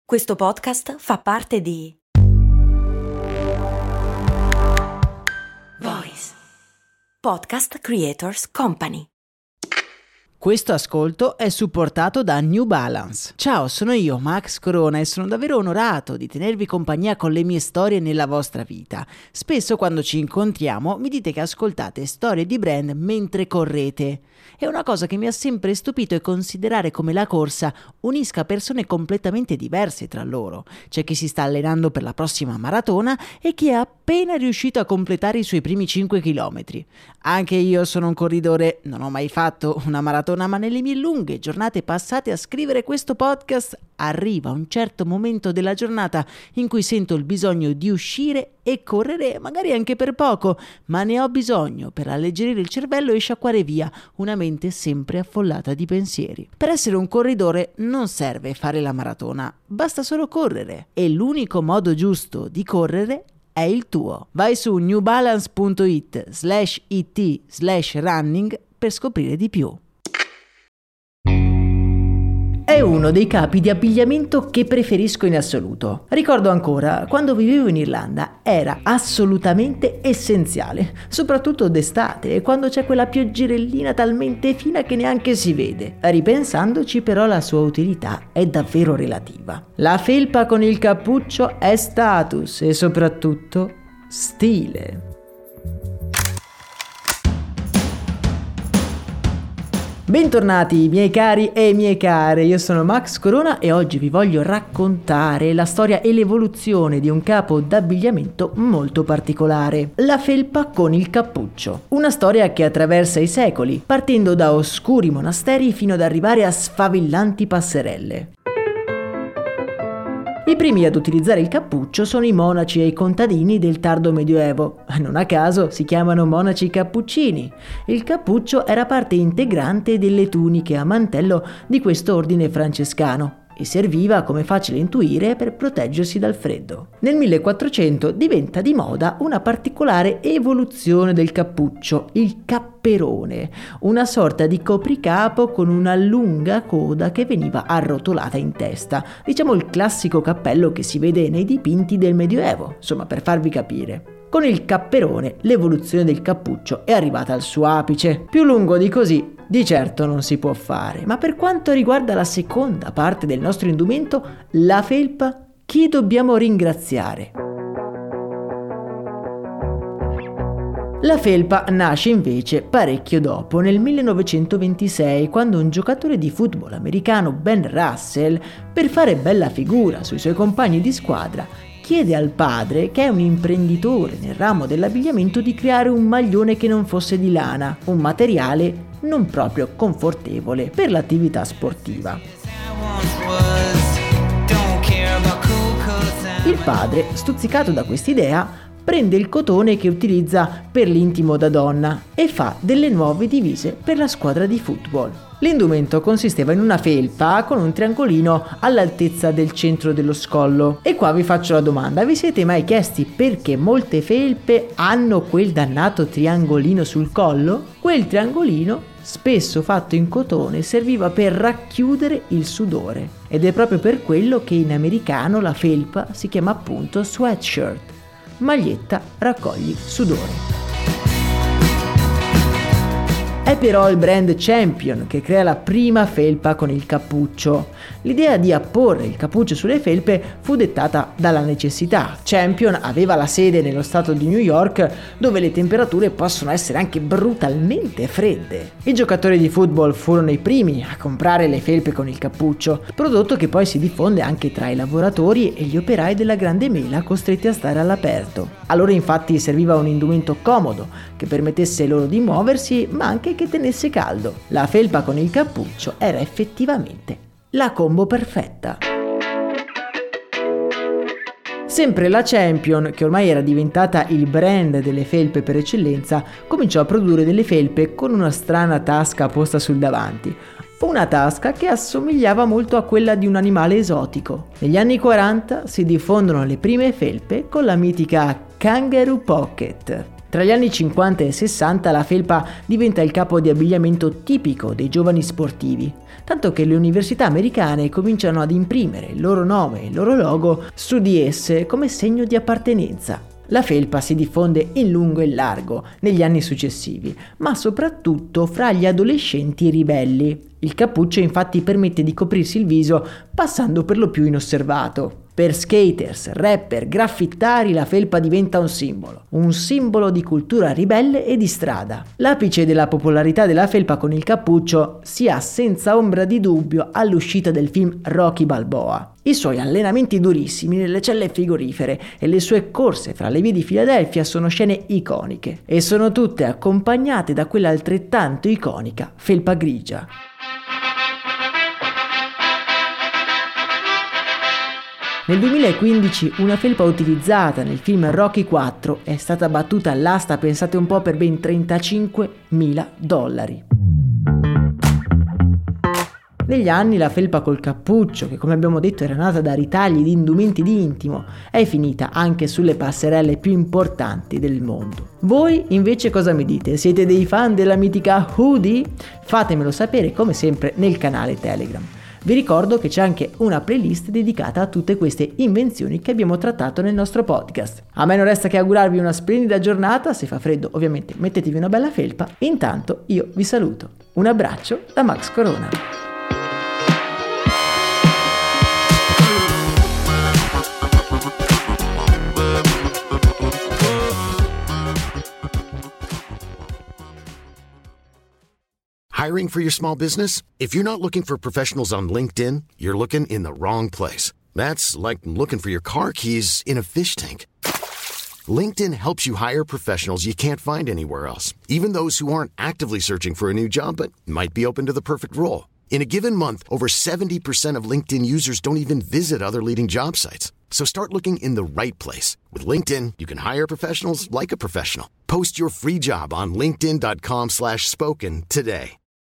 Questo podcast fa parte di Voice Podcast Creators Company. Questo ascolto è supportato da New Balance. Ciao, sono io, Max Corona, e sono davvero onorato di tenervi compagnia con le mie storie nella vostra vita. Spesso quando ci incontriamo mi dite che ascoltate storie di brand mentre correte. E una cosa che mi ha sempre stupito è considerare come la corsa unisca persone completamente diverse tra loro. C'è chi si sta allenando per la prossima maratona e chi è appena riuscito a completare i suoi primi 5 chilometri. Anche io sono un corridore, non ho mai fatto una maratona, ma nelle mie lunghe giornate passate a scrivere questo podcast arriva un certo momento della giornata in cui sento il bisogno di uscire e correre, magari anche per poco, ma ne ho bisogno per alleggerire il cervello e sciacquare via una mente sempre affollata di pensieri. Per essere un corridore non serve fare la maratona, basta solo correre, e l'unico modo giusto di correre è il tuo. Vai su newbalance.it/running per scoprire di più. È uno dei capi di abbigliamento che preferisco in assoluto. Ricordo ancora, quando vivevo in Irlanda era assolutamente essenziale, soprattutto d'estate, quando c'è quella pioggerellina talmente fina che neanche si vede. Ripensandoci però la sua utilità è davvero relativa. La felpa con il cappuccio è status e soprattutto stile. Bentornati miei cari e mie care, io sono Max Corona e oggi vi voglio raccontare la storia e l'evoluzione di un capo d'abbigliamento molto particolare, la felpa con il cappuccio. Una storia che attraversa i secoli, partendo da oscuri monasteri fino ad arrivare a sfavillanti passerelle. I primi ad utilizzare il cappuccio sono i monaci e i contadini del tardo medioevo. Non a caso si chiamano monaci cappuccini. Il cappuccio era parte integrante delle tuniche a mantello di questo ordine francescano e serviva, come facile intuire, per proteggersi dal freddo. Nel 1400 diventa di moda una particolare evoluzione del cappuccio, il capperone, una sorta di copricapo con una lunga coda che veniva arrotolata in testa, diciamo il classico cappello che si vede nei dipinti del Medioevo, insomma, per farvi capire. Con il capperone l'evoluzione del cappuccio è arrivata al suo apice. Più lungo di così di certo non si può fare, ma per quanto riguarda la seconda parte del nostro indumento, la felpa, chi dobbiamo ringraziare? La felpa nasce invece parecchio dopo, nel 1926, quando un giocatore di football americano, Ben Russell, per fare bella figura sui suoi compagni di squadra, chiede al padre, che è un imprenditore nel ramo dell'abbigliamento, di creare un maglione che non fosse di lana, un materiale non proprio confortevole per l'attività sportiva. Il padre, stuzzicato da quest'idea, prende il cotone che utilizza per l'intimo da donna e fa delle nuove divise per la squadra di football. L'indumento consisteva in una felpa con un triangolino all'altezza del centro dello scollo. E qua vi faccio la domanda: vi siete mai chiesti perché molte felpe hanno quel dannato triangolino sul collo? Quel triangolino, spesso fatto in cotone, serviva per racchiudere il sudore. Ed è proprio per quello che in americano la felpa si chiama appunto sweatshirt. Maglietta raccogli sudore. È però il brand Champion che crea la prima felpa con il cappuccio. L'idea di apporre il cappuccio sulle felpe fu dettata dalla necessità. Champion aveva la sede nello stato di New York, dove le temperature possono essere anche brutalmente fredde. I giocatori di football furono i primi a comprare le felpe con il cappuccio, prodotto che poi si diffonde anche tra i lavoratori e gli operai della grande mela costretti a stare all'aperto. A loro infatti serviva un indumento comodo che permettesse loro di muoversi, ma anche che tenesse caldo. La felpa con il cappuccio era effettivamente la combo perfetta. Sempre la Champion, che ormai era diventata il brand delle felpe per eccellenza, cominciò a produrre delle felpe con una strana tasca posta sul davanti. Una tasca che assomigliava molto a quella di un animale esotico. Negli anni 40 si diffondono le prime felpe con la mitica Kangaroo Pocket. Tra gli anni 50 e 60 la felpa diventa il capo di abbigliamento tipico dei giovani sportivi, tanto che le università americane cominciano ad imprimere il loro nome e il loro logo su di esse come segno di appartenenza. La felpa si diffonde in lungo e in largo negli anni successivi, ma soprattutto fra gli adolescenti ribelli. Il cappuccio infatti permette di coprirsi il viso passando per lo più inosservato. Per skaters, rapper, graffittari la felpa diventa un simbolo di cultura ribelle e di strada. L'apice della popolarità della felpa con il cappuccio si ha senza ombra di dubbio all'uscita del film Rocky Balboa. I suoi allenamenti durissimi nelle celle frigorifere e le sue corse fra le vie di Filadelfia sono scene iconiche e sono tutte accompagnate da quella altrettanto iconica felpa grigia. Nel 2015 una felpa utilizzata nel film Rocky 4 è stata battuta all'asta, pensate un po', per ben $35.000. Negli anni la felpa col cappuccio, che come abbiamo detto era nata da ritagli di indumenti di intimo, è finita anche sulle passerelle più importanti del mondo. Voi invece cosa mi dite? Siete dei fan della mitica hoodie? Fatemelo sapere come sempre nel canale Telegram. Vi ricordo che c'è anche una playlist dedicata a tutte queste invenzioni che abbiamo trattato nel nostro podcast. A me non resta che augurarvi una splendida giornata, se fa freddo ovviamente mettetevi una bella felpa, intanto io vi saluto. Un abbraccio da Max Corona. Hiring for your small business? If you're not looking for professionals on LinkedIn, you're looking in the wrong place. That's like looking for your car keys in a fish tank. LinkedIn helps you hire professionals you can't find anywhere else, even those who aren't actively searching for a new job but might be open to the perfect role. In a given month, over 70% of LinkedIn users don't even visit other leading job sites. So start looking in the right place. With LinkedIn, you can hire professionals like a professional. Post your free job on linkedin.com/spoken today.